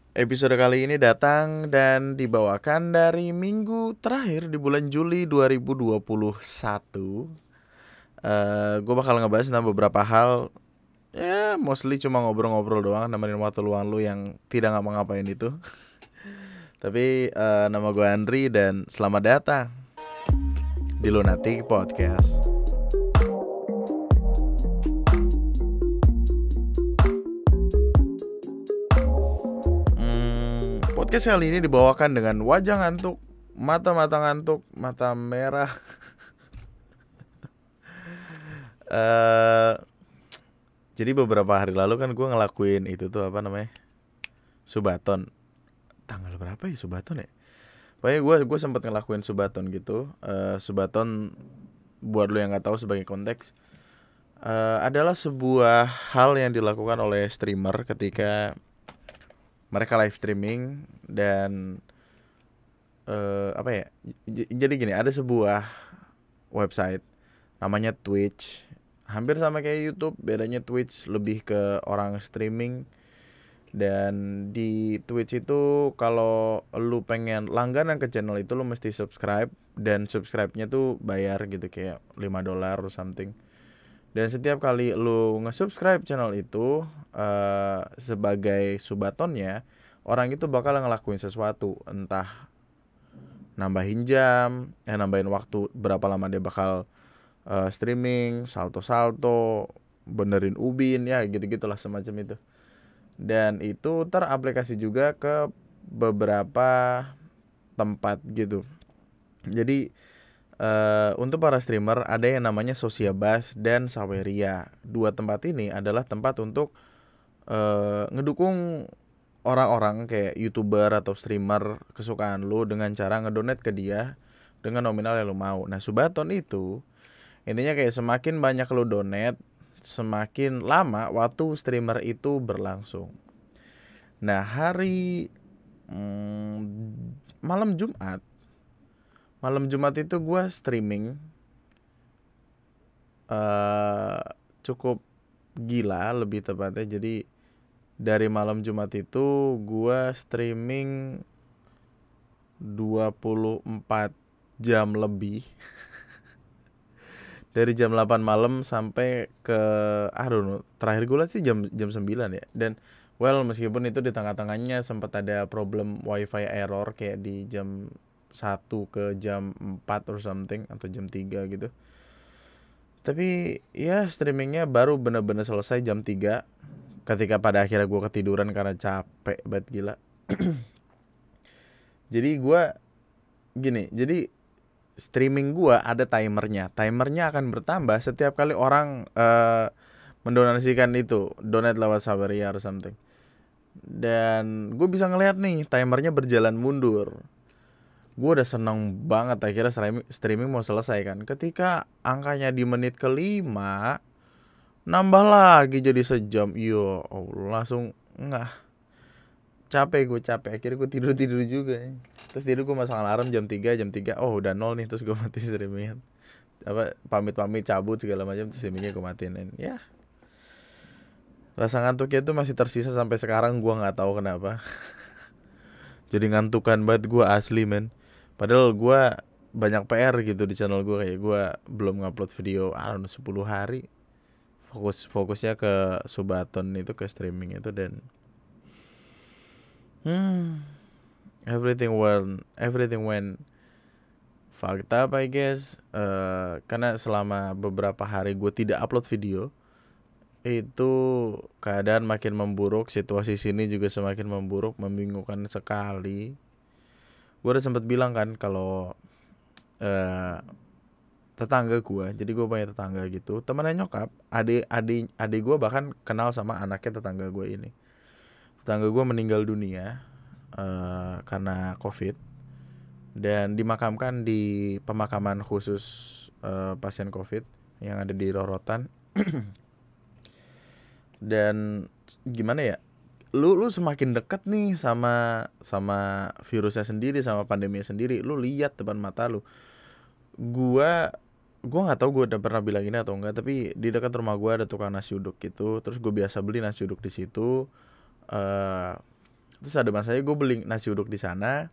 Episode kali ini datang dan dibawakan dari minggu terakhir di bulan Juli 2021. Gue bakal ngebahas tentang beberapa hal. Ya mostly cuma ngobrol-ngobrol doang, nemenin waktu luang lu yang tidak ngapa-ngapain itu. Tapi nama gue Andri dan selamat datang di Lunatic Podcast. Podcast kali ini dibawakan dengan wajah ngantuk, mata-mata ngantuk, mata merah. eh Jadi beberapa hari lalu kan gue ngelakuin itu tuh apa namanya, Subaton. Tanggal berapa ya Subaton ya? Pokoknya gue sempat ngelakuin Subaton gitu. Subaton buat lo yang nggak tahu sebagai konteks, adalah sebuah hal yang dilakukan oleh streamer ketika mereka live streaming dan apa ya? Jadi gini, ada sebuah website namanya Twitch. Hampir sama kayak YouTube, bedanya Twitch lebih ke orang streaming. Dan di Twitch itu kalau lu pengen langganan ke channel itu lu mesti subscribe, dan subscribe-nya tuh bayar gitu kayak $5 or something. Dan setiap kali lu nge-subscribe channel itu, sebagai subatonnya, orang itu bakal ngelakuin sesuatu, entah nambahin jam, nambahin waktu berapa lama dia bakal streaming, salto-salto, benerin ubin ya gitu-gitulah semacam itu. Dan itu teraplikasi juga ke beberapa tempat gitu. Jadi untuk para streamer ada yang namanya Sociabas dan Saweria. Dua tempat ini adalah tempat untuk ngedukung orang-orang kayak YouTuber atau streamer kesukaan lu dengan cara ngedonate ke dia dengan nominal yang lu mau. Nah, Subaton itu intinya kayak semakin banyak lu donate, semakin lama waktu streamer itu berlangsung. Nah, malam Jumat, itu gue streaming cukup gila lebih tepatnya. Jadi dari malam Jumat itu gue streaming 24 jam lebih. Dari jam 8 malam sampai ke terakhir gue liat sih jam 9 ya. Dan meskipun itu di tengah-tengahnya sempat ada problem wifi error kayak di jam 1 ke jam 4 or something, atau jam 3 gitu. Tapi ya streamingnya baru bener-bener selesai jam 3, ketika pada akhirnya gue ketiduran karena capek banget gila. Jadi gue jadi streaming gue ada timernya. Timernya akan bertambah setiap kali orang mendonasikan itu, donate lewat Saweria or something. Dan gue bisa ngeliat nih timernya berjalan mundur. Gue udah seneng banget akhirnya streaming mau selesai kan. Ketika angkanya di menit ke-5 nambah lagi jadi sejam. Yo Allah, langsung capek akhirnya gue tidur juga. Terus tidur gue masang alarm jam 3. Oh udah 0 nih, terus gue mati streaming. Pamit cabut segala macam, terus streamingnya gue matiin. Ya, rasa ngantuknya itu masih tersisa sampai sekarang, gue nggak tahu kenapa. Jadi ngantukan banget gue asli men. Padahal gue banyak PR gitu di channel gue, kayak gue belum ngupload video 10 hari. Fokusnya ke Subaton itu, ke streaming itu. Dan everything went fucked up I guess. Karena selama beberapa hari gue tidak upload video, itu keadaan makin memburuk, situasi sini juga semakin memburuk, membingungkan sekali. Gue udah sempet bilang kan kalau tetangga gue, jadi gue punya tetangga gitu, temannya nyokap, adik gue bahkan kenal sama anaknya tetangga gue ini. Tetangga gue meninggal dunia karena COVID, dan dimakamkan di pemakaman khusus pasien COVID yang ada di Rorotan. Dan gimana ya, lu semakin dekat nih sama virusnya sendiri, sama pandeminya sendiri, lu lihat depan mata lu. Gua nggak tahu gue udah pernah bilang ini atau enggak, tapi di dekat rumah gue ada tukang nasi uduk gitu. Terus gue biasa beli nasi uduk di situ. Terus ada masanya gue beli nasi uduk di sana.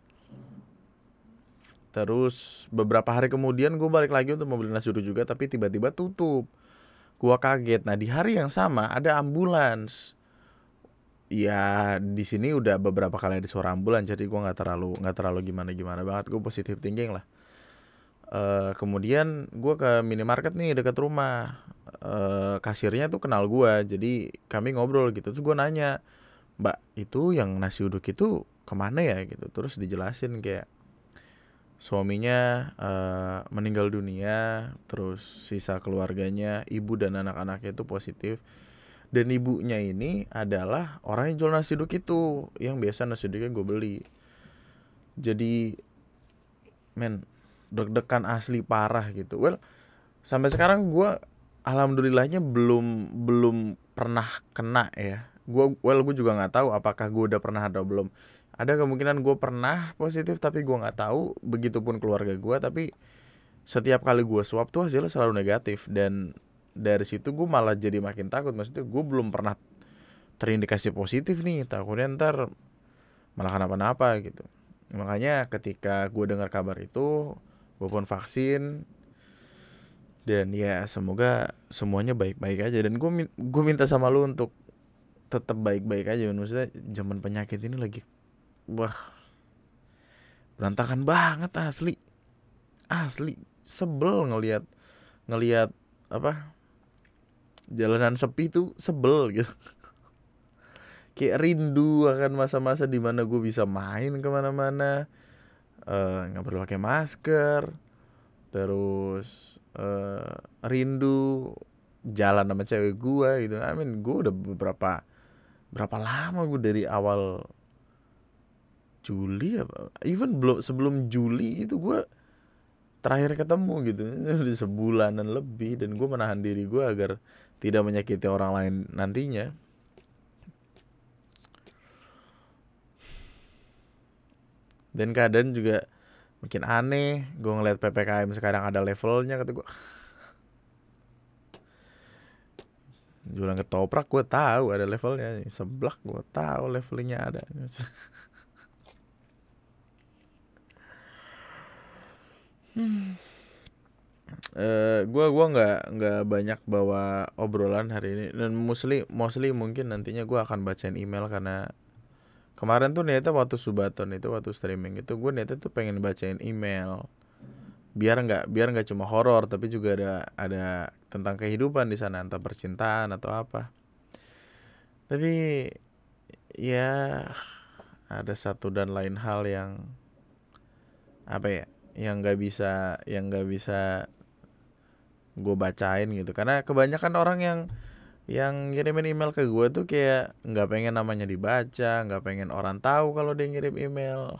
Terus beberapa hari kemudian gue balik lagi untuk membeli nasi uduk juga, tapi tiba-tiba tutup. Gue kaget. Nah di hari yang sama ada ambulans. Ya di sini udah beberapa kali ada suara ambulans, jadi gue nggak terlalu gimana banget. Gue positive thinking lah. Kemudian gue ke minimarket nih dekat rumah. Kasirnya tuh kenal gue, jadi kami ngobrol gitu. Terus gue nanya, Mbak, itu yang nasi uduk itu kemana ya gitu. Terus dijelasin kayak suaminya meninggal dunia, terus sisa keluarganya, ibu dan anak-anaknya itu positif. Dan ibunya ini adalah orang yang jual nasi uduk itu, yang biasa nasi uduknya gue beli. Jadi men, deg-degan asli parah gitu. Well, sampai sekarang gue alhamdulillahnya belum pernah kena ya. Gue juga nggak tahu apakah gue udah pernah atau belum. Ada kemungkinan gue pernah positif tapi gue nggak tahu. Begitupun keluarga gue. Tapi setiap kali gue swab tuh hasilnya selalu negatif. Dan dari situ gue malah jadi makin takut. Maksudnya gue belum pernah terindikasi positif nih. Takutnya ntar malah kenapa-napa gitu. Makanya ketika gue dengar kabar itu, gue pun vaksin. Dan ya semoga semuanya baik-baik aja. Dan gue minta sama lu untuk tetap baik-baik aja. Maksudnya zaman penyakit ini lagi, wah, berantakan banget asli sebel ngelihat apa, jalanan sepi tuh sebel gitu. Kayak rindu akan masa-masa dimana gue bisa main kemana-mana, nggak perlu pakai masker. Terus rindu jalan sama cewek gue gitu. I mean gue udah berapa lama gue dari awal Juli apa, even belum, sebelum Juli itu gue terakhir ketemu gitu. Udah sebulanan lebih. Dan gue menahan diri gue agar tidak menyakiti orang lain nantinya. Dan keadaan juga makin aneh. Gue ngeliat PPKM sekarang ada levelnya, kata gue. Jualan ketoprak gue tahu ada levelnya. Seblak gue tahu levelnya ada. Gue nggak banyak bawa obrolan hari ini. Dan mostly mungkin nantinya gue akan bacain email. Karena kemarin tuh niatnya waktu Subaton itu, waktu streaming itu, gue niatnya tuh pengen bacain email. Biar nggak cuma horor, tapi juga ada tentang kehidupan di sana, entah percintaan atau apa. Tapi ya ada satu dan lain hal yang apa ya, yang nggak bisa gue bacain gitu. Karena kebanyakan orang yang ngirimin email ke gue tuh kayak nggak pengen namanya dibaca, nggak pengen orang tahu kalau dia ngirim email.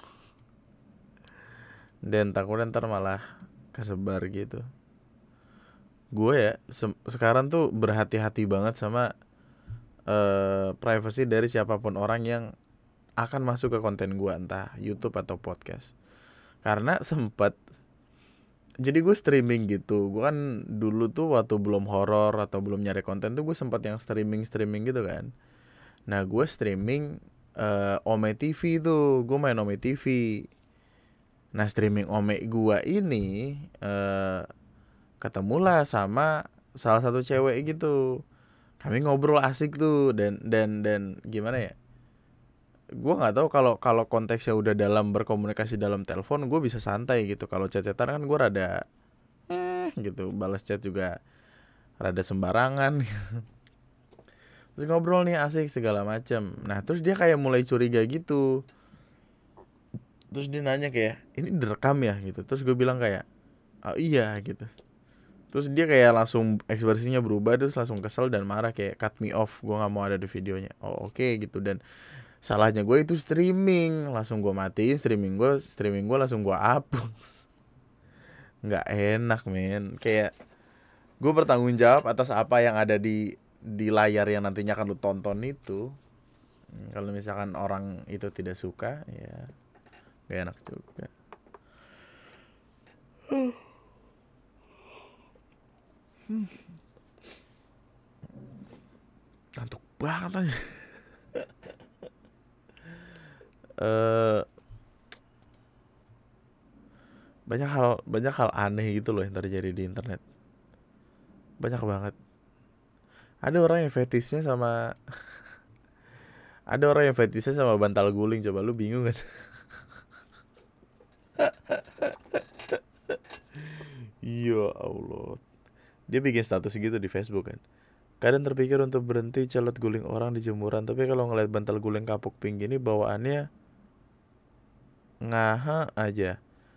Dan takutnya ntar malah kesebar gitu. Gue ya sekarang tuh berhati-hati banget sama privacy dari siapapun orang yang akan masuk ke konten gue, entah YouTube atau podcast. Karena sempat, jadi gue streaming gitu. Gue kan dulu tuh waktu belum horor atau belum nyari konten tuh gue sempat yang streaming gitu kan. Nah gue streaming Ome TV tuh, gue main Ome TV. Nah streaming Ome gue ini ketemulah sama salah satu cewek gitu. Kami ngobrol asik tuh. Dan gimana ya, gue nggak tahu kalau konteksnya udah dalam berkomunikasi dalam telepon gue bisa santai gitu. Kalau chat-chatan kan gue rada gitu, balas chat juga rada sembarangan. Terus ngobrol nih asik segala macam. Nah terus dia kayak mulai curiga gitu. Terus dia nanya kayak, ini direkam ya gitu. Terus gue bilang kayak, oh iya gitu. Terus dia kayak langsung ekspresinya berubah. Terus langsung kesel dan marah kayak cut me off, gue gak mau ada di videonya. Oh oke gitu. Dan salahnya gue itu streaming. Langsung gue matiin streaming gue langsung gue hapus. Nggak enak men. Kayak gue bertanggung jawab atas apa yang ada di layar yang nantinya akan lu tonton itu. Kalau misalkan orang itu tidak suka, ya gak enak juga. Ngantuk banget aja. eh banyak hal aneh gitu loh yang terjadi di internet. Banyak banget. Ada orang yang fetishnya sama ada orang yang fetishnya sama bantal guling, coba lu bingung kan? Ya Allah. Dia bikin status gitu di Facebook kan. Kadang terpikir untuk berhenti celot guling orang di jemuran, tapi kalau ngeliat bantal guling kapuk pink gini bawaannya ngaha aja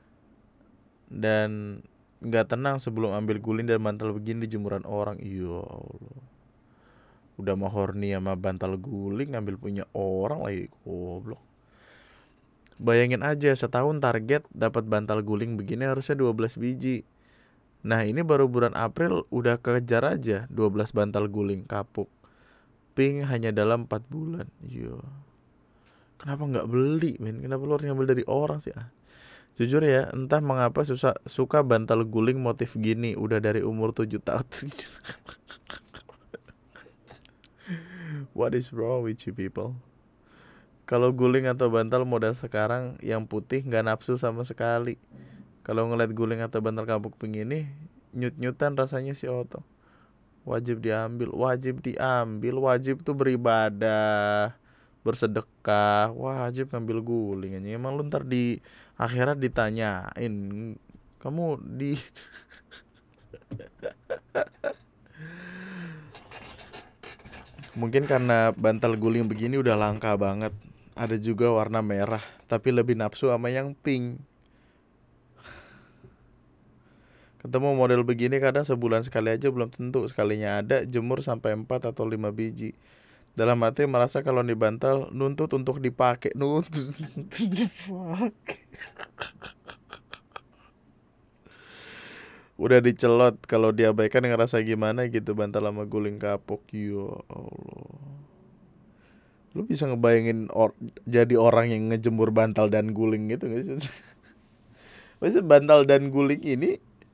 dan nggak tenang sebelum ambil guling dan bantal begini di jemuran orang. Ya Allah. Udah mah horny sama bantal guling ngambil punya orang lagi, goblok. Bayangin aja setahun target dapat bantal guling begini harusnya 12 biji. Nah, ini baru bulan April udah kejar aja 12 bantal guling kapuk pink hanya dalam 4 bulan. Yo. Kenapa nggak beli, men? Kenapa lu harus ngambil dari orang sih? Jujur ya, entah mengapa suka bantal guling motif gini udah dari umur 7 tahun. What is wrong with you people? Kalau guling atau bantal model sekarang yang putih nggak nafsu sama sekali. Kalau ngeliat guling atau bantal kapuk pink ini nyut-nyutan rasanya si Oto. Wajib diambil, wajib diambil, wajib tuh beribadah, bersedekah, wajib ngambil guling aja. Emang lu ntar di akhirat ditanyain, kamu di mungkin karena bantal guling begini udah langka banget. Ada juga warna merah, tapi lebih nafsu sama yang pink. Ketemu model begini kadang sebulan sekali aja belum tentu. Sekalinya ada jemur sampai 4 atau 5 biji. Dalam hati merasa kalau dibantal nuntut untuk dipakai, nuntut untuk dipakai. Udah dicelot, kalau diabaikan ngerasa gimana gitu bantal sama guling kapuk. Ya Allah. Lu bisa ngebayangin jadi orang yang ngejemur bantal dan guling gitu gak sih? Maksudnya bantal dan guling ini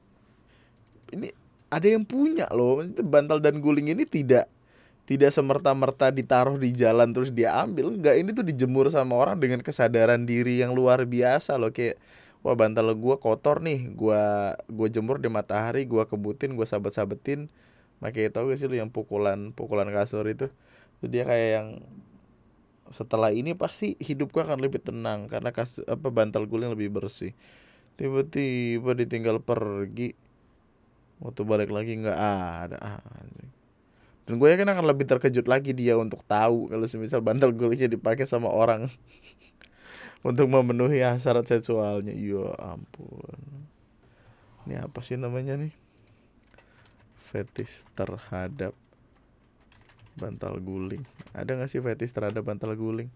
ada yang punya loh. Maksudnya bantal dan guling ini tidak semerta-merta ditaruh di jalan terus dia ambil. Enggak, ini tuh dijemur sama orang dengan kesadaran diri yang luar biasa loh. Kayak, wah bantal gua kotor nih, gua jemur di matahari, gua kebutin, gua sabet-sabetin. Makanya tau gak sih lu yang pukulan kasur itu? Itu dia kayak yang setelah ini pasti hidupku akan lebih tenang karena bantal guling lebih bersih. Tiba-tiba ditinggal pergi, waktu balik lagi nggak ada. Anjing. Dan gue yakin akan lebih terkejut lagi dia untuk tahu kalau semisal bantal gulingnya dipakai sama orang untuk memenuhi hasrat seksualnya. Ya ampun. Ini apa sih namanya nih? Fetish terhadap bantal guling. Ada gak sih fetish terhadap bantal guling?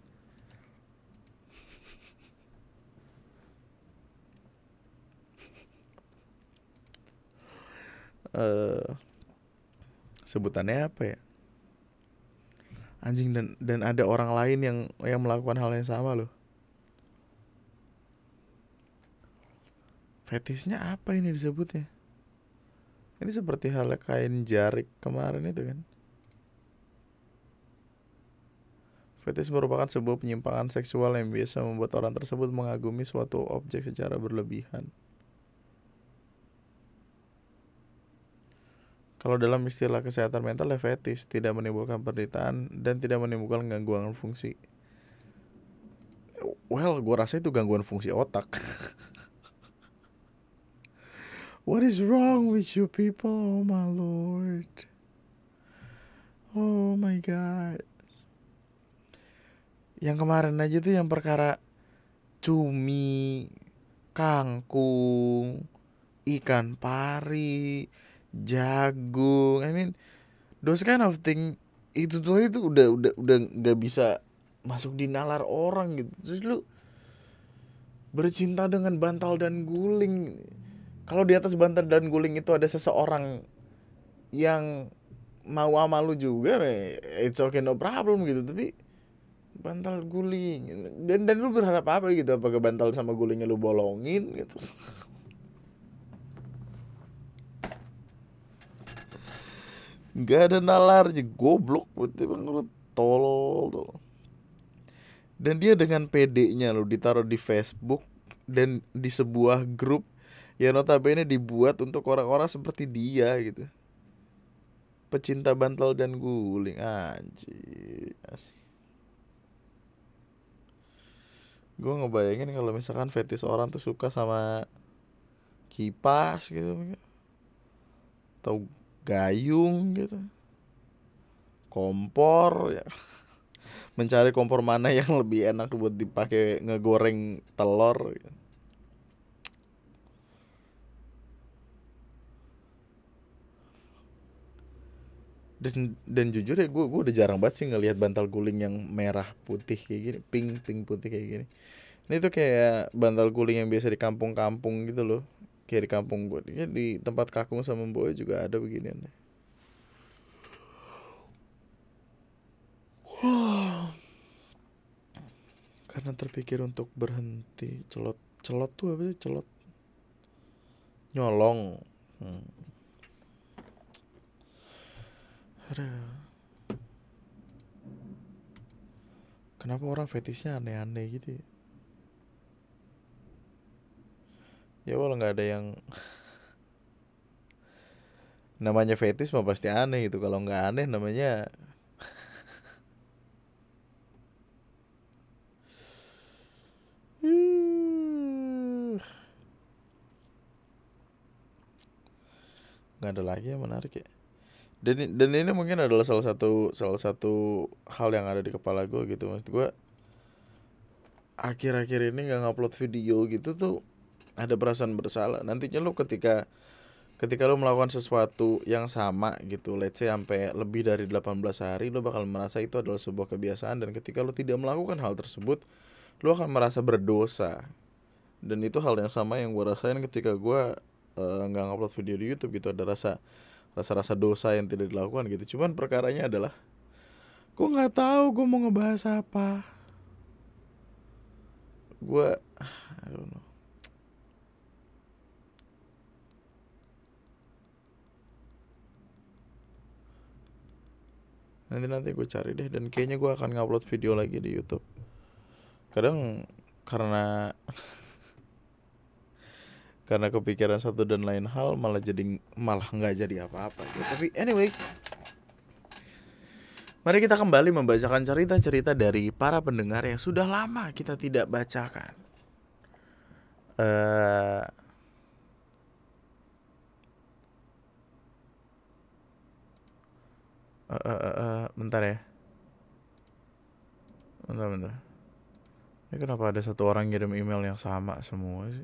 Sebutannya apa ya? Anjing, dan ada orang lain yang melakukan hal yang sama loh. Fetishnya apa ini disebutnya? Ini seperti halnya kain jarik kemarin itu kan. Fetish merupakan sebuah penyimpangan seksual yang biasa membuat orang tersebut mengagumi suatu objek secara berlebihan. Kalau dalam istilah kesehatan mental, fetish tidak menimbulkan penderitaan dan tidak menimbulkan gangguan fungsi. Well, gue rasa itu gangguan fungsi otak. What is wrong with you people? Oh my lord. Oh my god. Yang kemarin aja tuh yang perkara cumi, kangkung, ikan pari, jagung. I mean, those kind of thing itu udah nggak bisa masuk di nalar orang gitu. Terus lu bercinta dengan bantal dan guling. Kalau di atas bantal dan guling itu ada seseorang yang mau sama lu juga, it's okay, no problem gitu. Tapi bantal guling dan lu berharap apa gitu? Apakah bantal sama gulingnya lu bolongin gitu? Gak ada nalarnya, goblok. Berarti bang lu tolol tuh. Dan dia dengan PD-nya lo ditaruh di Facebook dan di sebuah grup yang notabene dibuat untuk orang-orang seperti dia gitu. Pecinta bantal dan guling, anjir. Gue ngebayangin kalau misalkan fetish orang tuh suka sama kipas gitu, atau gayung gitu, kompor ya. Mencari kompor mana yang lebih enak buat dipakai ngegoreng telur gitu. Dan jujur ya gue udah jarang banget sih ngelihat bantal guling yang merah putih kayak gini, pink putih kayak gini. Ini tuh kayak bantal guling yang biasa di kampung-kampung gitu loh. Kayak di kampung gue, ya di tempat kakung sama Boy juga ada beginian deh. Karena terpikir untuk berhenti. Celot tuh apa sih? Celot, nyolong. Aduh. Kenapa orang fetishnya aneh-aneh gitu ya? Ya walau nggak ada yang namanya fetish mah pasti aneh gitu. Kalau nggak aneh namanya nggak ada lagi yang menarik ya. Dan ini mungkin adalah salah satu hal yang ada di kepala gue gitu. Maksud gue akhir-akhir ini nggak ngupload video gitu tuh ada perasaan bersalah. Nantinya lo ketika lo melakukan sesuatu yang sama gitu, let's say sampai lebih dari 18 hari, lo bakal merasa itu adalah sebuah kebiasaan. Dan ketika lo tidak melakukan hal tersebut, lo akan merasa berdosa. Dan itu hal yang sama yang gue rasain ketika gue nggak ngupload video di YouTube gitu. Ada rasa dosa yang tidak dilakukan gitu. Cuman perkaranya adalah gue nggak tahu gue mau ngebahas apa. Gue I don't know. Nanti gue cari deh. Dan kayaknya gue akan ngupload video lagi di YouTube. Kadang karena kepikiran satu dan lain hal malah nggak jadi apa-apa gitu. Tapi anyway, mari kita kembali membacakan cerita-cerita dari para pendengar yang sudah lama kita tidak bacakan. Bentar ya. Bentar. Ini kenapa ada satu orang ngirim email yang sama semua sih?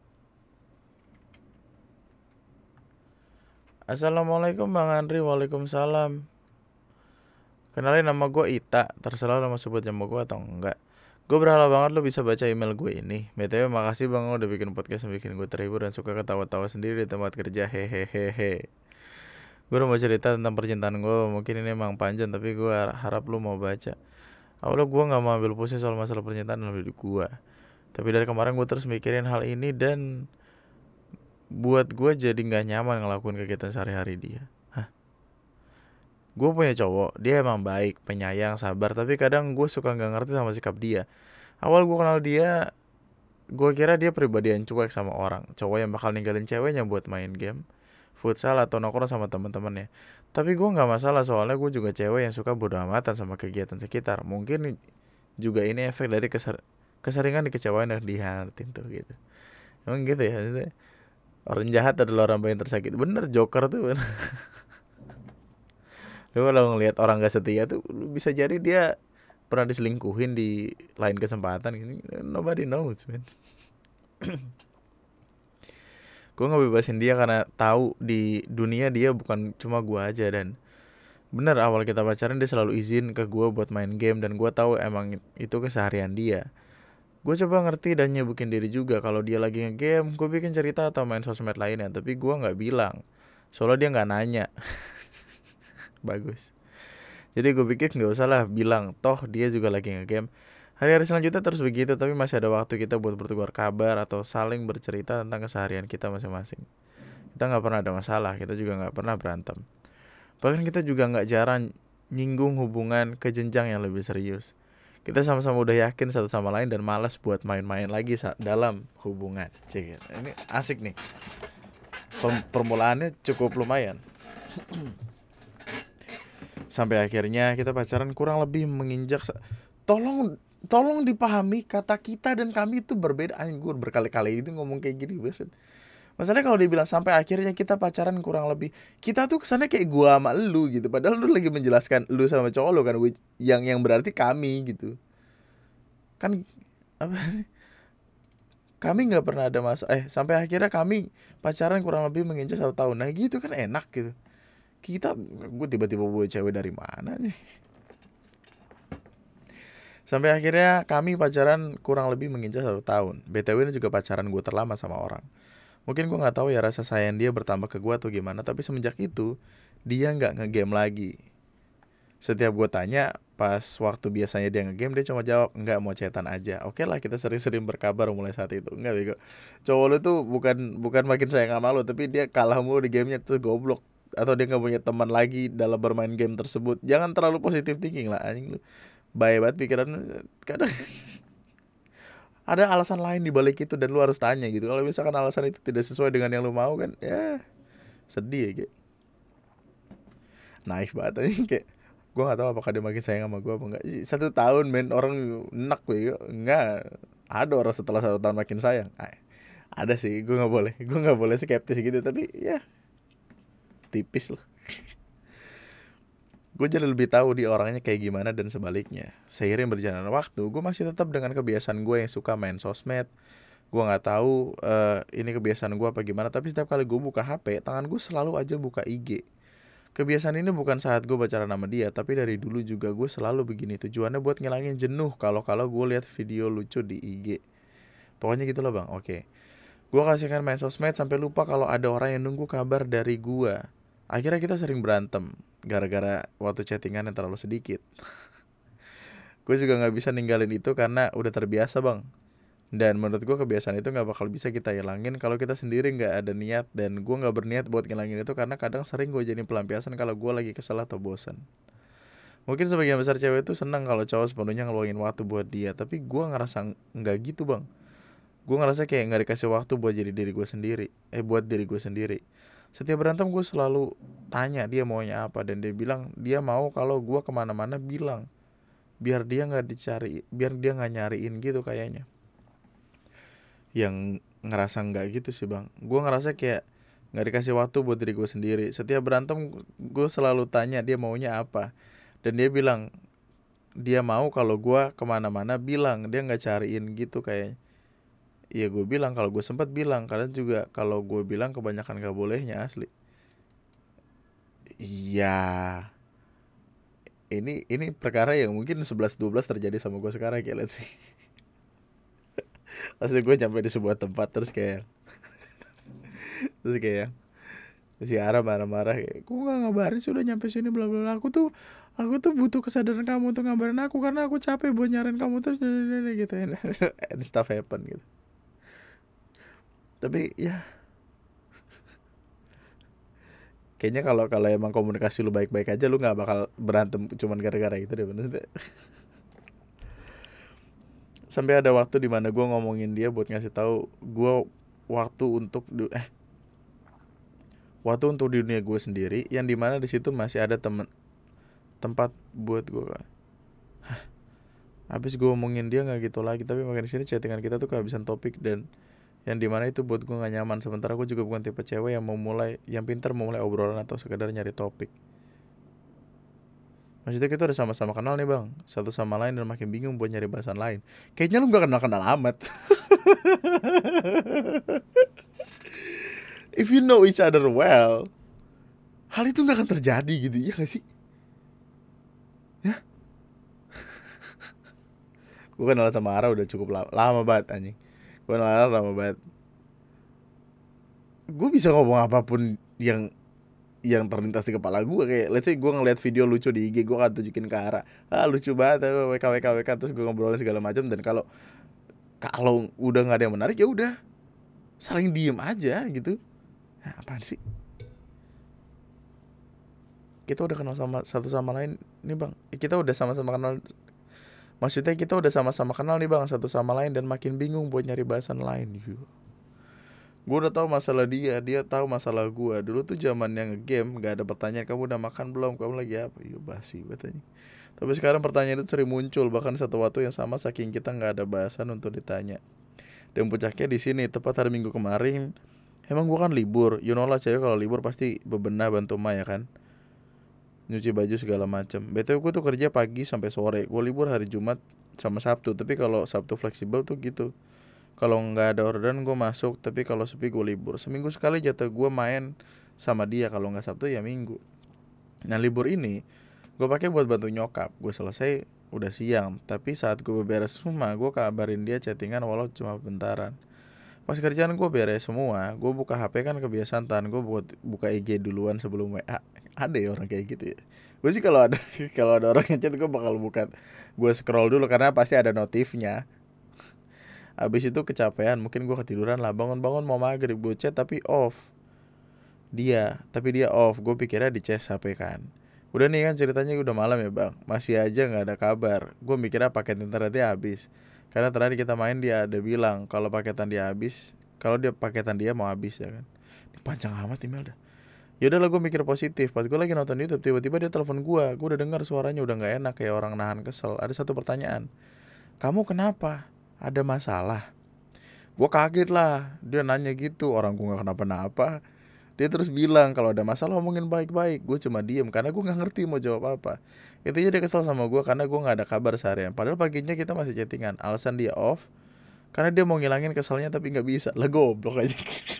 Assalamualaikum Bang Andri. Waalaikumsalam. Kenalin, nama gue Ita. Terserah lo mau sebut nama gue atau enggak. Gue berharap banget lo bisa baca email gue ini. BTW makasih Bang udah bikin podcast yang bikin gue terhibur dan suka ketawa-tawa sendiri di tempat kerja. Hehehehe. Gue udah mau cerita tentang percintaan gue. Mungkin ini emang panjang, tapi gue harap lo mau baca. Awalnya gue gak mau ambil pusing soal masalah percintaan dalam hidup gue. Tapi dari kemarin gue terus mikirin hal ini dan buat gue jadi gak nyaman ngelakuin kegiatan sehari-hari dia. Gue punya cowok, dia emang baik, penyayang, sabar. Tapi kadang gue suka gak ngerti sama sikap dia. Awal gue kenal dia, gue kira dia pribadi yang cuek sama orang, cowok yang bakal ninggalin ceweknya buat main game, futsal atau nongkrong sama teman-temannya. Tapi gue nggak masalah, soalnya gue juga cewek yang suka bodo amatan sama kegiatan sekitar. Mungkin juga ini efek dari keseringan dikecewain dan dihianatin tuh gitu. Emang gitu ya. Orang jahat adalah orang paling tersakiti. Bener, Joker tuh bener. Lu kalau ngelihat orang gak setia tuh bisa jadi dia pernah diselingkuhin di lain kesempatan gini. Nobody knows, man. Gue ngebebasin dia karena tahu di dunia dia bukan cuma gue aja. Dan bener, awal kita pacaran dia selalu izin ke gue buat main game, dan gue tahu emang itu keseharian dia. Gue coba ngerti dan nyebukin diri juga kalau dia lagi nge-game, gue bikin cerita atau main sosmed lainnya, tapi gue nggak bilang, soalnya dia nggak nanya. Bagus. Jadi gue pikir nggak usah lah bilang, toh dia juga lagi nge-game. Hari-hari selanjutnya terus begitu, tapi masih ada waktu kita buat bertukar kabar atau saling bercerita tentang keseharian kita masing-masing. Kita nggak pernah ada masalah, kita juga nggak pernah berantem. Bahkan kita juga nggak jarang nyinggung hubungan ke jenjang yang lebih serius. Kita sama-sama udah yakin satu sama lain dan malas buat main-main lagi dalam hubungan. Cek, ini asik nih. Permulaannya cukup lumayan. Sampai akhirnya kita pacaran kurang lebih menginjak tolong dipahami, kata kita dan kami itu berbeda. Anjing, gue berkali-kali itu ngomong kayak gini banget. Masalahnya kalau dibilang sampai akhirnya kita pacaran kurang lebih, kita tuh kesannya kayak gua sama lu gitu. Padahal lu lagi menjelaskan lu sama cowok lu kan, yang berarti kami gitu. Kan apa? Kami nggak pernah ada sampai akhirnya kami pacaran kurang lebih menginjak 1 tahun. Nah gitu kan enak gitu. Gue tiba-tiba bawa cewek dari mana nih? Sampai akhirnya kami pacaran kurang lebih menginjak 1 tahun. BTW ini juga pacaran gue terlama sama orang. Mungkin gue nggak tahu ya rasa sayang dia bertambah ke gue atau gimana, tapi semenjak itu dia nggak ngegame lagi. Setiap gue tanya pas waktu biasanya dia ngegame, dia cuma jawab nggak, mau chatan aja. Oke lah, kita sering-sering berkabar mulai saat itu. Nggak bego, cowok lu tuh bukan makin sayang sama lu, tapi dia kalah mulu di gamenya tuh goblok. Atau dia nggak punya teman lagi dalam bermain game tersebut. Jangan terlalu positif thinking lah anjing lu. Baik banget pikiran kadang. Ada alasan lain di balik itu dan lu harus tanya gitu. Kalau misalkan alasan itu tidak sesuai dengan yang lu mau kan, ya sedih ya kayak. Naif banget aja kayak. Gue gak tahu apakah dia makin sayang sama gue apa enggak. 1 tahun men, orang enak gue. Enggak. Ada orang setelah 1 tahun makin sayang. Ada sih, gue gak boleh skeptis gitu. Tapi ya tipis lah. Gue jadi lebih tahu di orangnya kayak gimana dan sebaliknya. Seiring berjalannya waktu, gue masih tetap dengan kebiasaan gue yang suka main sosmed. Gue nggak tahu ini kebiasaan gue apa gimana, tapi setiap kali gue buka HP, tangan gue selalu aja buka IG. Kebiasaan ini bukan saat gue pacaran sama dia, tapi dari dulu juga gue selalu begini. Tujuannya buat ngilangin jenuh kalau gue lihat video lucu di IG. Pokoknya gitu loh bang. Oke. Gue kasihkan main sosmed sampai lupa kalau ada orang yang nunggu kabar dari gue. Akhirnya kita sering berantem gara-gara waktu chattingan yang terlalu sedikit. Gue juga gak bisa ninggalin itu karena udah terbiasa bang. Dan menurut gue kebiasaan itu gak bakal bisa kita hilangin kalau kita sendiri gak ada niat. Dan gue gak berniat buat ngilangin itu karena kadang sering gue jadi pelampiasan kalau gue lagi kesel atau bosan. Mungkin sebagian besar cewek itu senang kalau cowok sepenuhnya ngeluangin waktu buat dia. Tapi gue ngerasa gak gitu bang. Gue ngerasa kayak gak dikasih waktu buat jadi diri gue sendiri. Buat diri gue sendiri. Setiap berantem gue selalu tanya dia maunya apa. Dan dia bilang dia mau kalau gue kemana-mana bilang. Biar dia gak nyariin gitu kayaknya. Yang ngerasa gak gitu sih bang. Gue ngerasa kayak gak dikasih waktu buat diri gue sendiri. Setiap berantem gue selalu tanya dia maunya apa. Dan dia bilang dia mau kalau gue kemana-mana bilang. Dia gak cariin gitu kayaknya. Iya gue bilang kalau gue sempat bilang. Kalian juga kalau gue bilang kebanyakan gak bolehnya asli. Iya. Ini perkara yang mungkin 11-12 terjadi sama gue sekarang kayak let's see. Pasti gue nyampe di sebuah tempat terus kayak si Ara marah-marah kayak gue gak ngabarin sudah nyampe sini bla bla bla. Aku tuh butuh kesadaran kamu untuk ngabarin aku karena aku capek buat nyariin kamu terus gitu and stuff happen gitu. Tapi ya kayaknya kalau emang komunikasi lu baik-baik aja lu nggak bakal berantem cuman gara-gara itu deh bener. Sampai ada waktu di mana gue ngomongin dia buat ngasih tahu gue waktu untuk di dunia gue sendiri yang dimana di situ masih ada tempat buat gue. Habis gue ngomongin dia nggak gitu lagi, tapi makin sini chattingan kita tuh kehabisan topik dan yang dimana itu buat gue gak nyaman. Sementara gue juga bukan tipe cewek yang pintar memulai obrolan atau sekedar nyari topik. Maksudnya kita udah sama-sama kenal nih bang, satu sama lain dan makin bingung buat nyari bahasan lain. Kayaknya lu gak kenal-kenal amat. If you know each other well, hal itu gak akan terjadi gitu, ya gak sih? Ya? Gue kenal sama Ara udah cukup lama banget anjing. Gue kenal lama banget. Gue bisa ngomong apapun yang terlintas di kepala gue. Kayak let's say gue ngeliat video lucu di IG, gue akan tunjukin ke Ara, lucu banget WK terus gue ngobrolin segala macam. Dan kalau udah nggak ada yang menarik ya udah saling diem aja gitu. Apaan sih? Kita udah kenal sama satu sama lain nih bang. Kita udah sama-sama kenal Maksudnya kita udah sama-sama kenal nih bang satu sama lain dan makin bingung buat nyari bahasan lain. Gue udah tahu masalah dia tahu masalah gue. Dulu tuh zaman yang game nggak ada pertanyaan kamu udah makan belum, kamu lagi apa, iya basi katanya. Tapi sekarang pertanyaan itu sering muncul bahkan satu waktu yang sama saking kita nggak ada bahasan untuk ditanya. Dan puncaknya di sini tepat hari Minggu kemarin. Emang gue kan libur, you know lah cewek kalau libur pasti bebenah bantu emak ya kan, nyuci baju segala macam. BTW gue tuh kerja pagi sampai sore. Gue libur hari Jumat sama Sabtu. Tapi kalau Sabtu fleksibel tuh gitu. Kalau nggak ada orderan gue masuk. Tapi kalau sepi gue libur. Seminggu sekali jatah gue main sama dia. Kalau nggak Sabtu ya Minggu. Nah libur ini gue pakai buat bantu nyokap. Gue selesai udah siang. Tapi saat gue beres rumah gue kabarin dia chattingan walau cuma bentaran. Pas kerjaan gue beres semua, gue buka HP kan kebiasaan tan, gue buat buka IG duluan sebelum WA. Ada ya orang kayak gitu ya. Gue sih kalau ada kalau ada orang ngechat gue bakal buka, gue scroll dulu karena pasti ada notifnya. Abis itu kecapean, mungkin gue ketiduran lah, bangun-bangun mau maghrib gue chat tapi off. Tapi dia off, gue pikirnya di cas HP kan. Udah nih kan ceritanya udah malam ya bang, masih aja nggak ada kabar. Gue mikirnya paket internetnya habis. Karena terakhir kita main dia ada bilang kalau paketan dia habis, kalau dia paketan dia mau habis ya kan. Ini panjang amat email dah. Ya udahlah gue mikir positif. Pas gue lagi nonton YouTube tiba-tiba dia telepon gue udah dengar suaranya udah nggak enak kayak orang nahan kesel. Ada satu pertanyaan, kamu kenapa? Ada masalah? Gue kaget lah. Dia nanya gitu, orang gue nggak kenapa-napa. Dia terus bilang kalau ada masalah ngomongin baik-baik. Gue cuma diem karena gue nggak ngerti mau jawab apa. Intinya dia kesel sama gue karena gue nggak ada kabar seharian. Padahal paginya kita masih chattingan. Alasan dia off karena dia mau ngilangin keselnya tapi nggak bisa. Lah goblok aja.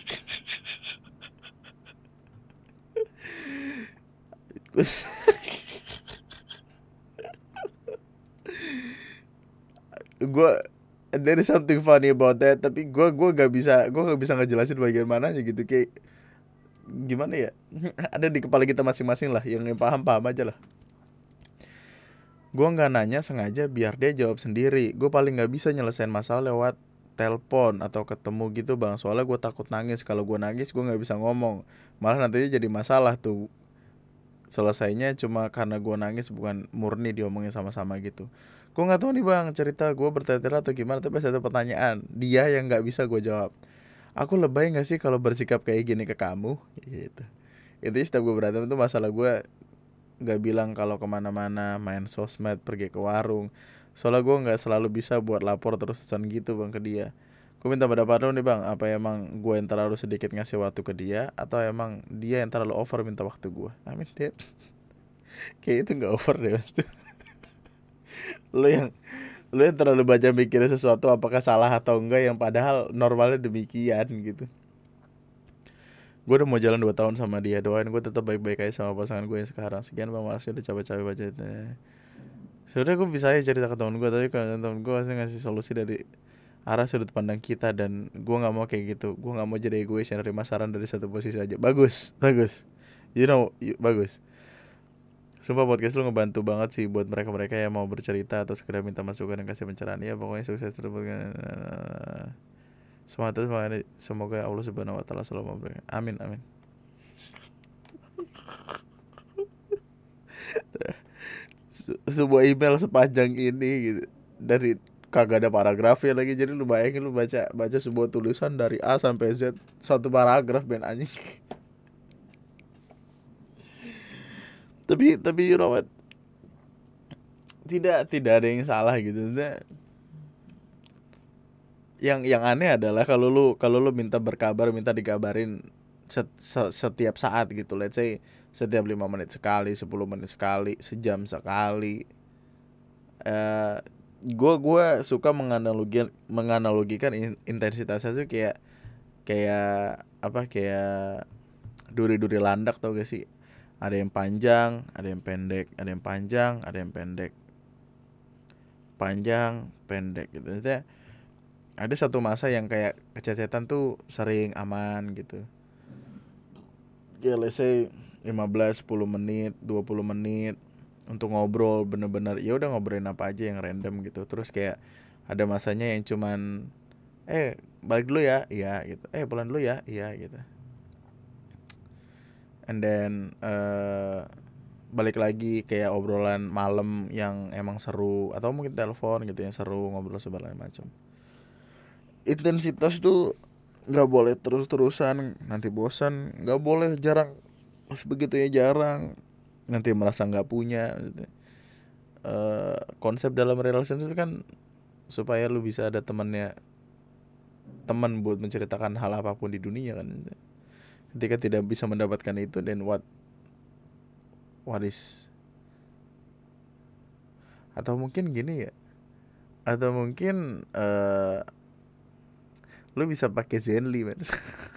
Gue there is something funny about that, tapi gue nggak bisa ngejelasin bagian mananya gitu, kayak gimana ya. Ada di kepala kita masing-masing lah, yang paham aja lah. Gue nggak nanya sengaja biar dia jawab sendiri. Gue paling nggak bisa nyelesain masalah lewat telepon atau ketemu gitu bang, soalnya gue takut nangis. Kalau gue nangis gue nggak bisa ngomong, malah nantinya jadi masalah tuh. Selesainya cuma karena gue nangis, bukan murni diomongin sama-sama gitu. Gue nggak tahu nih bang, cerita gue bertele-tele atau gimana, tapi satu pertanyaan dia yang nggak bisa gue jawab. Aku lebay nggak sih kalau bersikap kayak gini ke kamu gitu. Itu setiap gue berantem itu masalah gue nggak bilang kalau kemana-mana, main sosmed, pergi ke warung. Soalnya gue nggak selalu bisa buat lapor terus-terusan gitu bang ke dia. Gue minta pendapat lo nih bang, apa emang gue yang terlalu sedikit ngasih waktu ke dia, atau emang dia yang terlalu over minta waktu gue? Amin deh. Kayak itu nggak over deh mas. lo yang lo yang terlalu baca mikirin sesuatu apakah salah atau enggak, yang padahal normalnya demikian gitu. Gue udah mau jalan 2 tahun sama dia, doain gue tetap baik-baik aja sama pasangan gue yang sekarang. Sekian bang, makasih udah capek-capek baca itu. Sebenernya gue bisa aja cerita ke temen gue, tapi kalau temen gue pasti ngasih solusi dari arah sudut pandang kita, dan gue nggak mau kayak gitu. Gue nggak mau jadi egois yang nerima saran dari satu posisi aja. Bagus, bagus. Sumpah podcast lu ngebantu banget sih buat mereka-mereka yang mau bercerita atau sekedar minta masukan dan kasih pencerahan. Ya pokoknya sukses terus. Semangat terus, semoga Allah Subhanahu Wa Taala selalu memberikan. Amin amin. Sebuah email sepanjang ini gitu, dari kagak ada paragrafnya lagi, jadi lu bayangin lu baca sebuah tulisan dari A sampai Z satu paragraf ben anjing. tapi you know what, tidak ada yang salah gitu. Nah, yang aneh adalah kalau lu minta berkabar, minta dikabarin setiap saat gitu. Let's say setiap 5 menit sekali, 10 menit sekali, sejam sekali. Gue suka menganalogikan intensitasnya tuh kayak apa, kayak duri landak, tau gak sih? Ada yang panjang, ada yang pendek, ada yang panjang, ada yang pendek, panjang, pendek gitu. Maksudnya ada satu masa yang kayak kececetan tuh sering aman gitu. Ya let's say 15, 10 menit, 20 menit untuk ngobrol bener-bener. Ya udah ngobrolin apa aja yang random gitu. Terus kayak ada masanya yang cuman balik dulu ya, iya gitu. Pulang dulu ya, iya gitu. And then balik lagi kayak obrolan malam yang emang seru, atau mungkin telepon gitu yang seru, ngobrol segala macam. Intensitas tuh nggak boleh terus-terusan, nanti bosan. Nggak boleh jarang, begitunya jarang, nanti merasa nggak punya gitu. Konsep dalam relationship kan supaya lu bisa ada teman buat menceritakan hal apapun di dunia kan. Ketika tidak bisa mendapatkan itu, then what is, atau mungkin gini ya, atau mungkin lu bisa pakai Zenly man.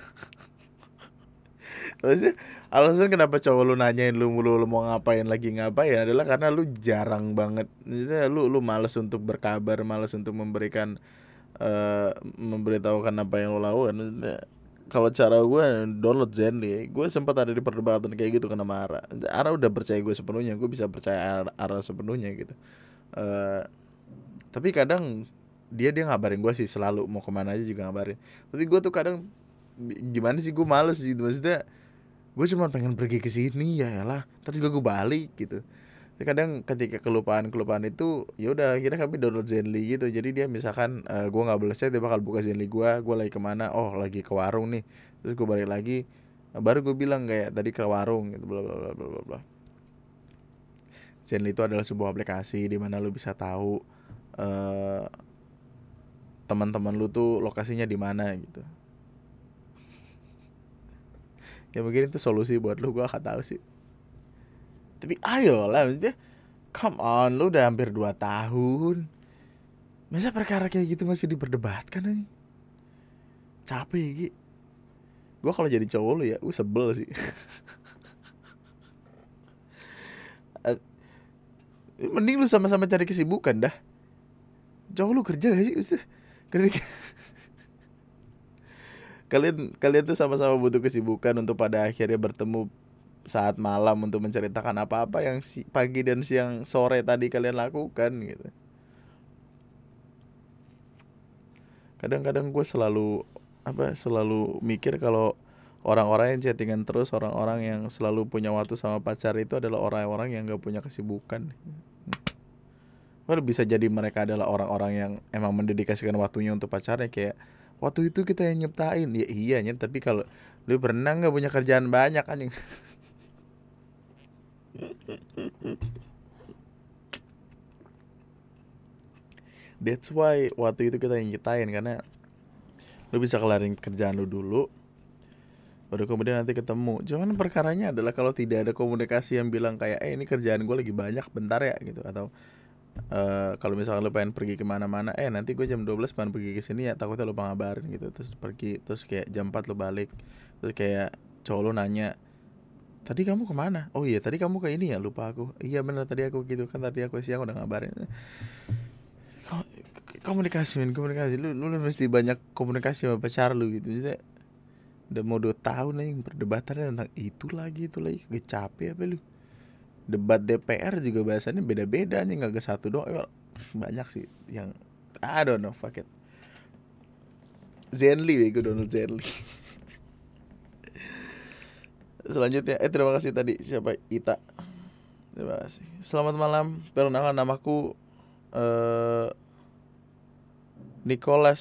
Maksudnya alasan kenapa cowok lu nanyain lu mulu, lu mau ngapain lagi ngapain adalah karena lu jarang banget. Maksudnya lu malas untuk berkabar, malas untuk memberitahukan apa yang lo lakukan. Maksudnya, kalau cara gue download Zenly, gue sempat ada di perdebatan kayak gitu kena marah. Ara udah percaya gue sepenuhnya, gue bisa percaya Ara sepenuhnya gitu. Tapi kadang dia ngabarin gue sih, selalu mau kemana aja juga ngabarin. Tapi gue tuh kadang gimana sih, gue males gitu. Maksudnya gue cuma pengen pergi ke sini ya lah, terus gue balik gitu. Tapi kadang ketika kelupaan itu, ya udah akhirnya kami download Zenly gitu. Jadi dia misalkan gue nggak boleh chat, dia bakal buka Zenly gue lagi kemana, oh lagi ke warung nih, terus gue balik lagi, baru gue bilang kayak tadi ke warung gitu, bla bla bla bla bla. Zenly itu adalah sebuah aplikasi di mana lu bisa tahu teman-teman lu tuh lokasinya di mana gitu. Ya mungkin itu solusi buat lu, gue gak tahu sih. Tapi ayo lah, maksudnya come on, lu udah hampir 2 tahun. Masa perkara kayak gitu masih diperdebatkan aja. Capek gitu. Gue kalau jadi cowok lu ya, gue sebel sih. Mending lu sama-sama cari kesibukan dah. Cowok lu kerja gak sih? Kalian tuh sama-sama butuh kesibukan untuk pada akhirnya bertemu saat malam untuk menceritakan apa-apa yang pagi dan siang sore tadi kalian lakukan gitu. Kadang-kadang gue selalu mikir kalau orang-orang yang chattingan terus, orang-orang yang selalu punya waktu sama pacar itu adalah orang-orang yang gak punya kesibukan. Well, bisa jadi mereka adalah orang-orang yang emang mendedikasikan waktunya untuk pacarnya. Kayak waktu itu kita yang nyiptain. Ya iya nyet, tapi kalau lu berenang gak punya kerjaan banyak anjing. That's why waktu itu kita yang nyiptain, karena lu bisa kelarin kerjaan lu dulu, baru kemudian nanti ketemu. Cuman perkaranya adalah kalau tidak ada komunikasi yang bilang kayak ini kerjaan gue lagi banyak, bentar ya gitu. Atau kalau misalkan lu pengen pergi kemana-mana, nanti gue jam 12 pengen pergi ke sini ya, takutnya lu ngabarin gitu, terus pergi, terus kayak jam 4 lu balik, terus kayak cowok lu nanya, tadi kamu kemana? Oh iya tadi kamu ke ini ya, lupa aku. Iya bener tadi aku gitu kan, tadi aku siang udah ngabarin. Komunikasi lu mesti banyak komunikasi sama pacar lu gitu. Jadi udah mau 2 tahun nih perdebatannya tentang itu lagi gak capek apa lu. Debat DPR juga bahasannya beda-beda nih, gak satu doang. Banyak sih yang I don't know, fuck it. Zenly, gue download Zenly. Selanjutnya terima kasih tadi siapa, Ita. Terima kasih. Selamat malam, perkenalkan namaku Nicholas.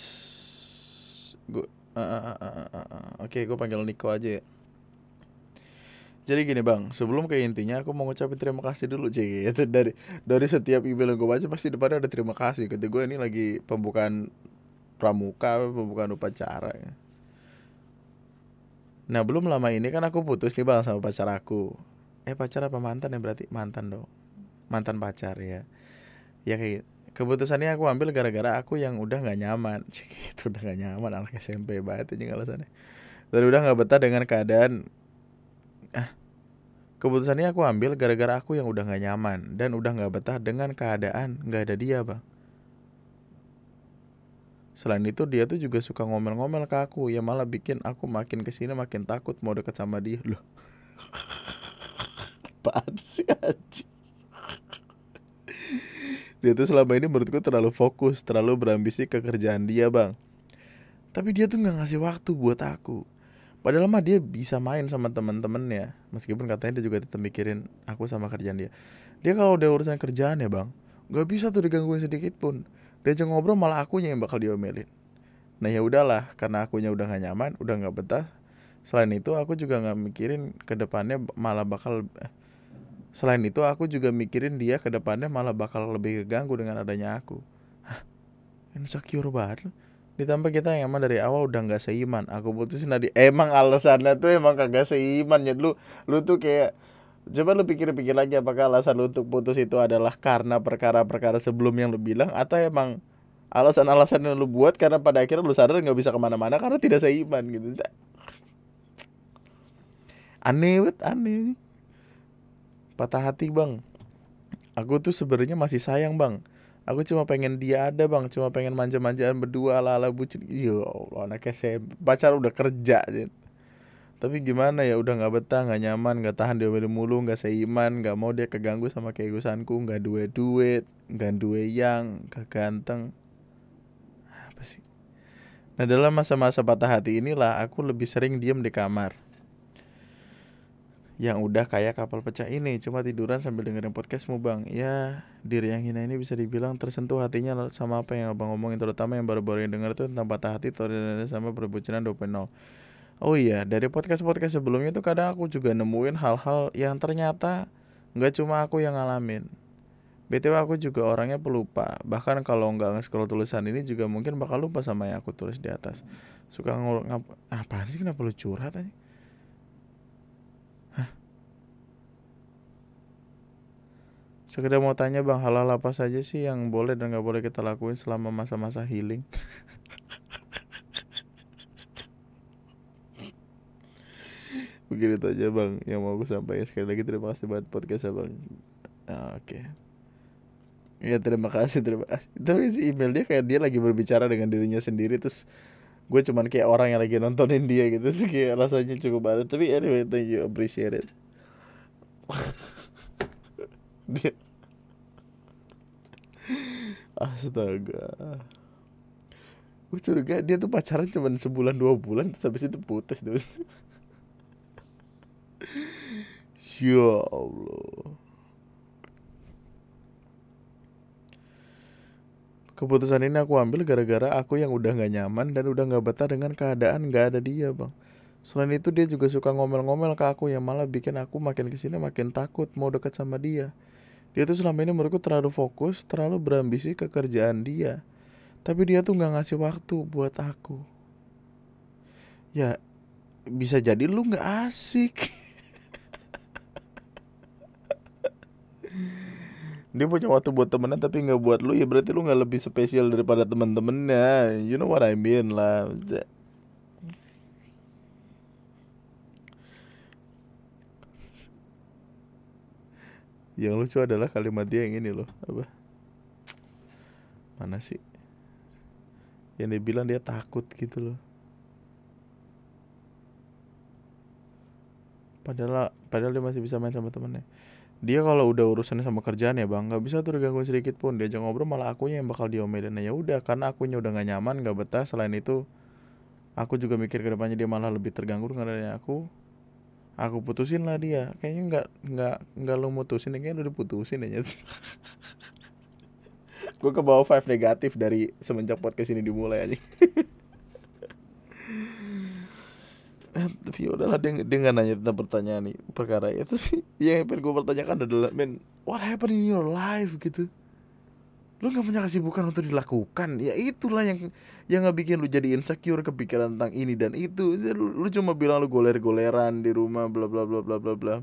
Oke, gue panggil Nico aja ya. Jadi gini bang, sebelum ke intinya aku mau ngucapin terima kasih dulu Cik. Itu dari setiap email yang gue baca pasti depannya ada terima kasih. Kata gue ini lagi pembukaan pramuka, pembukaan upacara ya. Nah belum lama ini kan aku putus nih bang sama pacar aku. Pacar apa mantan ya, berarti mantan dong. Mantan pacar ya. Ya kayak keputusannya aku ambil gara-gara aku yang udah gak nyaman. Cik, itu udah gak nyaman, anak SMP banget aja alasannya. Dan udah gak betah dengan keadaan. Keputusannya aku ambil gara-gara aku yang udah gak nyaman dan udah gak betah dengan keadaan gak ada dia bang. Selain itu dia tuh juga suka ngomel-ngomel ke aku, ya malah bikin aku makin kesini makin takut mau deket sama dia. Loh apaan sih anjing. Dia tuh selama ini menurutku terlalu fokus, terlalu berambisi ke kerjaan dia bang. Tapi dia tuh gak ngasih waktu buat aku. Padahal mah dia bisa main sama teman-temannya, meskipun katanya dia juga tetap mikirin aku sama kerjaan dia. Dia kalau udah urusan kerjaan ya bang, nggak bisa tuh digangguin sedikit pun. Diajak ngobrol malah akunya yang bakal diomelin. Nah ya udahlah, karena akunya udah nggak nyaman, udah nggak betah. Selain itu aku juga nggak mikirin ke depannya malah bakal selain itu aku juga mikirin dia ke depannya malah bakal lebih keganggu dengan adanya aku. Insecure banget. Ditambah kita yang emang dari awal udah nggak seiman. Aku putusin tadi. Emang alasannya tuh emang kagak seiman ya. Lu tuh kayak coba lu pikir-pikir lagi apakah alasan lu untuk putus itu adalah karena perkara-perkara sebelum yang lu bilang atau emang alasan-alasan yang lu buat karena pada akhirnya lu sadar nggak bisa kemana-mana karena tidak seiman gitu. Aneh banget, aneh. Patah hati bang. Aku tuh sebenarnya masih sayang bang. Aku cuma pengen dia ada bang. Cuma pengen manja-manjaan berdua ala-ala bucin. Ya Allah anaknya saya pacar udah kerja aja. Tapi gimana ya udah nggak betah, nggak nyaman, nggak tahan diomelin mulu, nggak seiman, nggak mau dia keganggu sama keegoisanku, nggak duit, nggak duwe yang, nggak ganteng. Apa sih? Nah dalam masa-masa patah hati inilah aku lebih sering diem di kamar. Yang udah kayak kapal pecah ini, cuma tiduran sambil dengerin podcastmu bang. Ya diri yang hina ini bisa dibilang tersentuh hatinya sama apa yang abang ngomongin, terutama yang baru-baru yang denger tuh tentang patah hati sama perbucinan 2.0. Oh iya, dari podcast-podcast sebelumnya tuh kadang aku juga nemuin hal-hal yang ternyata nggak cuma aku yang ngalamin. BTW aku juga orangnya pelupa. Bahkan kalau nggak nge-scroll tulisan ini juga mungkin bakal lupa sama yang aku tulis di atas. Suka apaan sih, kenapa lu curhat aja? Sekedar mau tanya bang, hal-hal apa saja sih yang boleh dan nggak boleh kita lakuin selama masa-masa healing? Begitu aja bang yang mau aku sampaikan. Sekali lagi terima kasih buat podcast bang. Oke. Ya terima kasih. Tapi si email dia kayak dia lagi berbicara dengan dirinya sendiri, terus gue cuman kayak orang yang lagi nontonin dia gitu sih, kayak rasanya cukup banget. Tapi anyway, thank you, appreciate it. Dia astaga. Gue curiga dia tuh pacaran cuma sebulan 2 bulan terus habis itu putus terus. Ya Allah. Keputusan ini aku ambil gara-gara aku yang udah gak nyaman dan udah gak betah dengan keadaan gak ada dia bang. Selain itu dia juga suka ngomel-ngomel ke aku yang malah bikin aku makin kesini makin takut mau dekat sama dia. Dia tuh selama ini menurutku terlalu fokus, terlalu berambisi ke kerjaan dia. Tapi dia tuh gak ngasih waktu buat aku. Ya bisa jadi lu gak asik. Dia punya waktu buat temenan tapi nggak buat lu, ya berarti lu nggak lebih spesial daripada temen-temennya. You know what I mean lah. Yang lucu adalah kalimat dia yang ini loh, apa? Mana sih? Yang dia bilang dia takut gitu loh. Padahal dia masih bisa main sama temennya. Dia kalau udah urusannya sama kerjaan ya bang, nggak bisa tuh digangguin sedikit pun. Diajak ngobrol malah akunya yang bakal diomelin. Nah ya udah, karena akunya udah nggak nyaman, nggak betah. Selain itu, aku juga mikir ke depannya dia malah lebih terganggu dengan adanya aku. Aku putusin lah dia. Kayaknya nggak lu mutusin, kayaknya lu diputusin aja. Gue ke bawah 5 negatif dari semenjak podcast ini dimulai aja. Tapi udahlah, dia nggak nanya tentang pertanyaan nih perkara itu. Yang pengen gue pertanyakan adalah, man, what happened in your life gitu? Lu nggak punya kesibukan untuk dilakukan, ya itulah yang nggak bikin lu jadi insecure, kepikiran tentang ini dan itu. Lu cuma bilang lu goler-goleran di rumah, bla bla bla bla bla bla.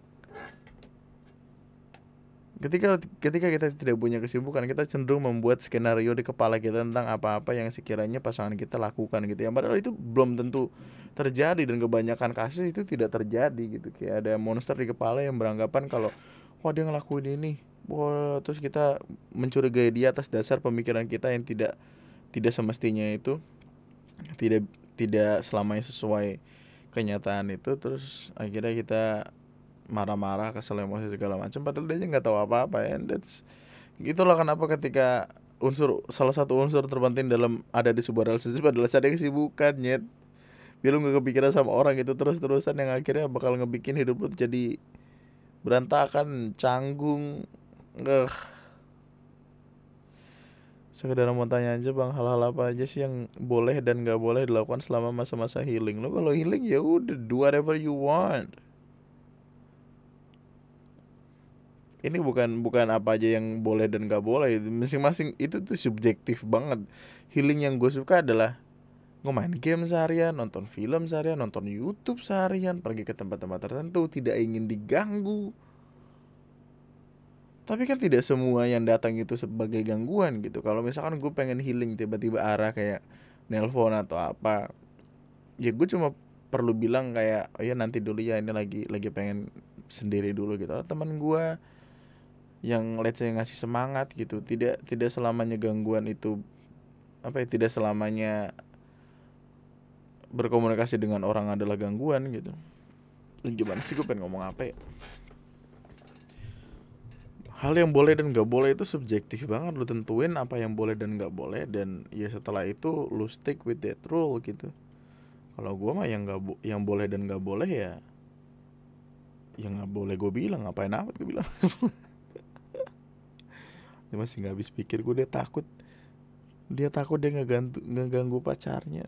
Ketika kita tidak punya kesibukan, kita cenderung membuat skenario di kepala kita tentang apa-apa yang sekiranya pasangan kita lakukan gitu ya. Padahal itu belum tentu terjadi dan kebanyakan kasus itu tidak terjadi gitu. Kayak ada monster di kepala yang beranggapan kalau wah dia ngelakuin ini. Wah, terus kita mencurigai dia atas dasar pemikiran kita yang tidak semestinya itu, tidak tidak selamanya sesuai kenyataan itu. Terus akhirnya kita marah-marah, kesel, emosi segala macam, padahal dia nggak tahu apa-apa ya. That's gitulah kenapa ketika salah satu unsur terpenting dalam ada di sebuah relationship adalah cari kesibukan, nyet. biar lu gak kepikiran sama orang gitu terus-terusan, yang akhirnya bakal ngebikin hidup lu jadi berantakan, canggung. Sekedar mau tanya aja bang, hal-hal apa aja sih yang boleh dan gak boleh dilakukan selama masa-masa healing? Lo kalau healing ya udah do whatever you want. Ini bukan apa aja yang boleh dan gak boleh, masing-masing itu tuh subjektif banget. Healing yang gue suka adalah main game seharian, nonton film seharian, nonton YouTube seharian, pergi ke tempat-tempat tertentu, tidak ingin diganggu. Tapi kan tidak semua yang datang itu sebagai gangguan gitu. Kalau misalkan gue pengen healing tiba-tiba arah kayak nelpon atau apa, ya gue cuma perlu bilang kayak, oh ya nanti dulu ya, ini lagi pengen sendiri dulu gitu. Teman gue yang let's say ngasih semangat gitu. Tidak selamanya gangguan itu apa ya, tidak selamanya berkomunikasi dengan orang adalah gangguan gitu. Gimana sih, gue pengen ngomong apa ya? Hal yang boleh dan gak boleh itu subjektif banget. Lu tentuin apa yang boleh dan gak boleh, dan ya setelah itu lu stick with that rule gitu. Kalau gue mah yang boleh dan gak boleh ya yang gak boleh gue bilang, ngapain amat gue bilang. Dia masih gak habis pikir gue, dia takut dia ngeganggu pacarnya.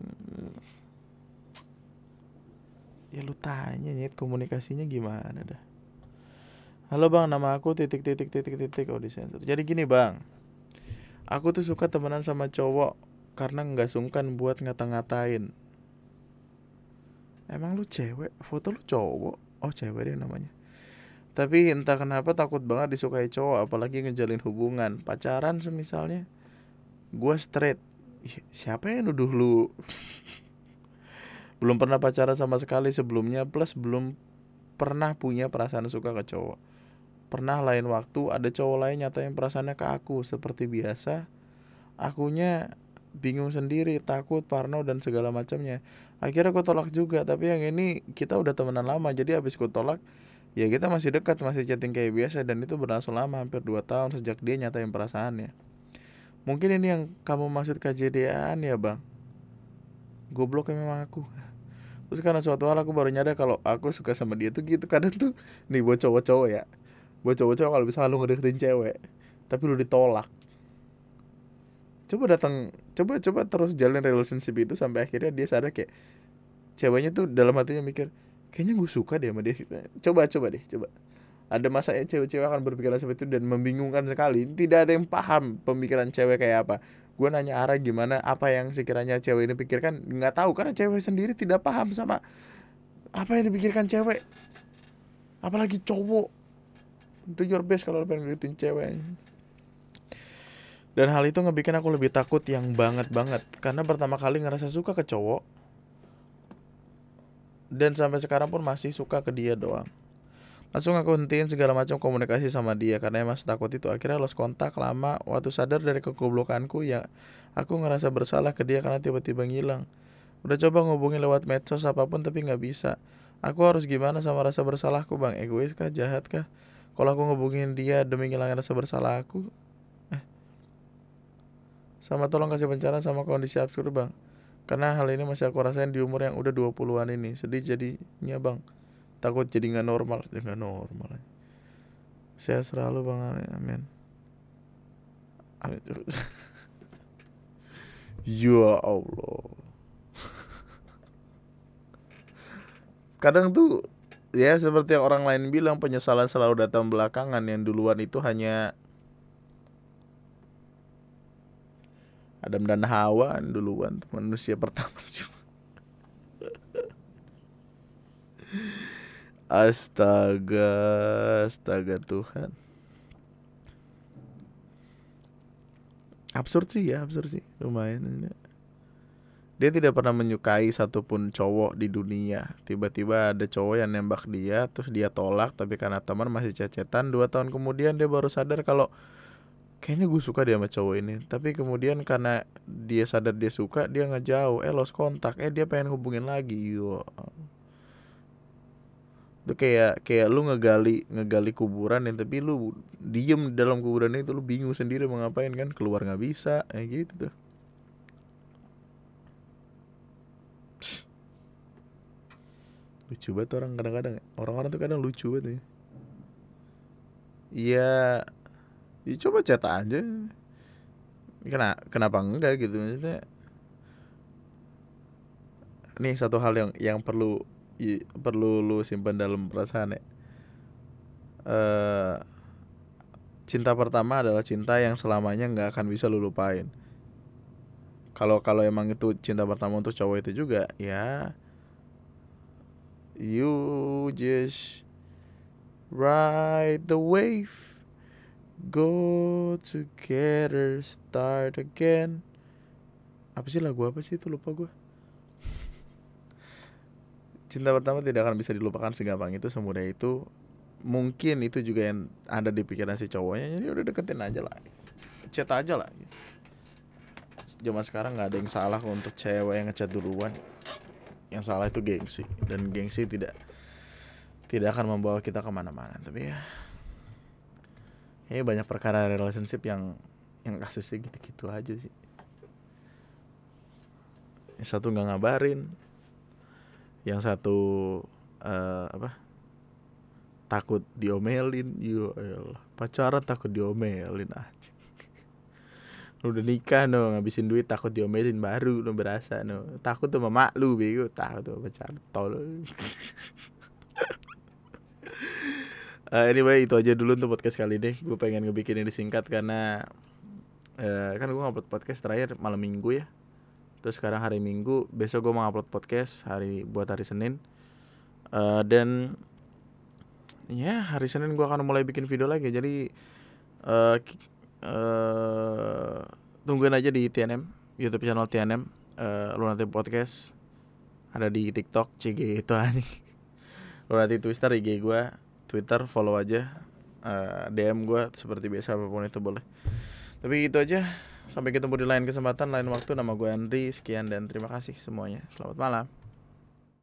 Ya lu tanya nyet, komunikasinya gimana dah. Halo bang, nama aku titik. Oh disensor. Jadi gini bang, aku tuh suka temenan sama cowok karena gak sungkan buat ngata-ngatain. Emang lu cewek? Foto lu cowok? Oh cewek deh namanya. Tapi entah kenapa takut banget disukai cowok, apalagi ngejalin hubungan pacaran semisalnya. Gua straight. Siapa yang nuduh lu? Belum pernah pacaran sama sekali sebelumnya, plus belum pernah punya perasaan suka ke cowok. Pernah lain waktu ada cowok lain nyatain perasaannya ke aku. Seperti biasa, akunya bingung sendiri, takut, parno, dan segala macamnya. Akhirnya aku tolak juga. Tapi yang ini kita udah temenan lama, jadi habis aku tolak, ya kita masih dekat, masih chatting kayak biasa. Dan itu berlangsung lama, hampir 2 tahun sejak dia nyatain perasaannya. Mungkin ini yang kamu maksud KJDaan ya bang? Goblok ya memang aku. Terus karena suatu hal aku baru nyadar kalau aku suka sama dia tuh gitu. Kadang tuh nih buat cowok-cowok ya, buat cowok-cowok kalau misalnya lu ngedeketin cewek tapi lu ditolak, coba terus jalin relationship itu sampai akhirnya dia sadar kayak ceweknya tuh dalam hatinya mikir, kayaknya gue suka deh sama dia. Coba deh. Ada masanya cewek-cewek akan berpikiran seperti itu dan membingungkan sekali. Tidak ada yang paham pemikiran cewek kayak apa. Gue nanya arah gimana, apa yang sekiranya cewek ini pikirkan, nggak tahu karena cewek sendiri tidak paham sama apa yang dipikirkan cewek. Apalagi cowok. Do your best kalau pengen ngeliatin cewek. Dan hal itu ngebikin aku lebih takut yang banget. Karena pertama kali ngerasa suka ke cowok, dan sampai sekarang pun masih suka ke dia doang. Langsung aku hentiin segala macam komunikasi sama dia karena emang takut itu. Akhirnya lost kontak lama. Waktu sadar dari kegoblokanku ya, aku ngerasa bersalah ke dia karena tiba-tiba ngilang. Udah coba ngubungin lewat medsos apapun tapi gak bisa. Aku harus gimana sama rasa bersalahku bang? Egois kah? Jahat kah? Kalau aku ngubungin dia demi ngilangin rasa bersalah aku? Sama tolong kasih pencerahan sama kondisi absurd bang. Karena hal ini masih aku rasain di umur yang udah 20-an ini. Sedih jadinya bang. Takut jadi gak normal. Ya gak normal. Saya selalu bang. Amin. Ya Allah. Kadang tuh ya seperti yang orang lain bilang, penyesalan selalu datang belakangan. Yang duluan itu hanya Adam dan Hawa duluan, manusia pertama. Astaga Tuhan. Absurd sih, lumayan. Dia tidak pernah menyukai satupun cowok di dunia. Tiba-tiba ada cowok yang nembak dia, terus dia tolak, tapi karena teman masih cecetan. 2 tahun kemudian dia baru sadar kalau kayaknya gue suka dia sama cowok ini. Tapi kemudian karena dia sadar dia suka, dia ngejauh, lost kontak, dia pengen hubungin lagi. Yo. Itu kayak lu ngegali kuburan yang tapi lu diem di dalam kuburan itu, lu bingung sendiri mau ngapain kan, keluar nggak bisa, gitu tuh. Lucu banget orang kadang-kadang. Orang-orang tuh kadang lucu banget ya. Iya, ya coba chat aja. Kenapa enggak gitu maksudnya. Nih satu hal yang perlu lu simpan dalam perasaan ya. Eh, Cinta pertama adalah cinta yang selamanya nggak akan bisa lu lupain. Kalau emang itu cinta pertama untuk cowok itu juga, ya you just ride the wave, go together, start again. Apa sih lagu apa sih itu, lupa gue. Cinta pertama tidak akan bisa dilupakan segampang itu, semudah itu. Mungkin itu juga yang ada di pikiran si cowoknya. Jadi udah deketin aja lah, chat aja lah. Zaman sekarang nggak ada yang salah untuk cewek yang ngechat duluan. Yang salah itu gengsi, dan gengsi tidak akan membawa kita kemana-mana. Tapi ya, ini banyak perkara relationship yang kasusnya gitu-gitu aja sih. Yang satu nggak ngabarin, yang satu takut diomelin. Yo elah, pacaran takut diomelin aja. Lu udah nikah no, ngabisin duit takut diomelin baru lu berasa no. Takut tuh sama mak lu bego, takut tuh pacaran tol. Anyway, itu aja dulu untuk podcast kali ini. Gue pengen ngebikin ini singkat karena kan gue ngupload podcast terakhir malam minggu ya. Terus sekarang hari Minggu, besok gue mau upload podcast buat hari Senin. Dan ya hari Senin gue akan mulai bikin video lagi. Jadi tungguin aja di TNM, YouTube channel TNM, Lunatic Podcast. Ada di TikTok, CG itu aja. Lunatic Twister, IG gue, Twitter, follow aja. DM gue seperti biasa, apapun itu boleh. Tapi gitu aja. Sampai ketemu di lain kesempatan, lain waktu. Nama gue Andri. Sekian dan terima kasih semuanya. Selamat malam.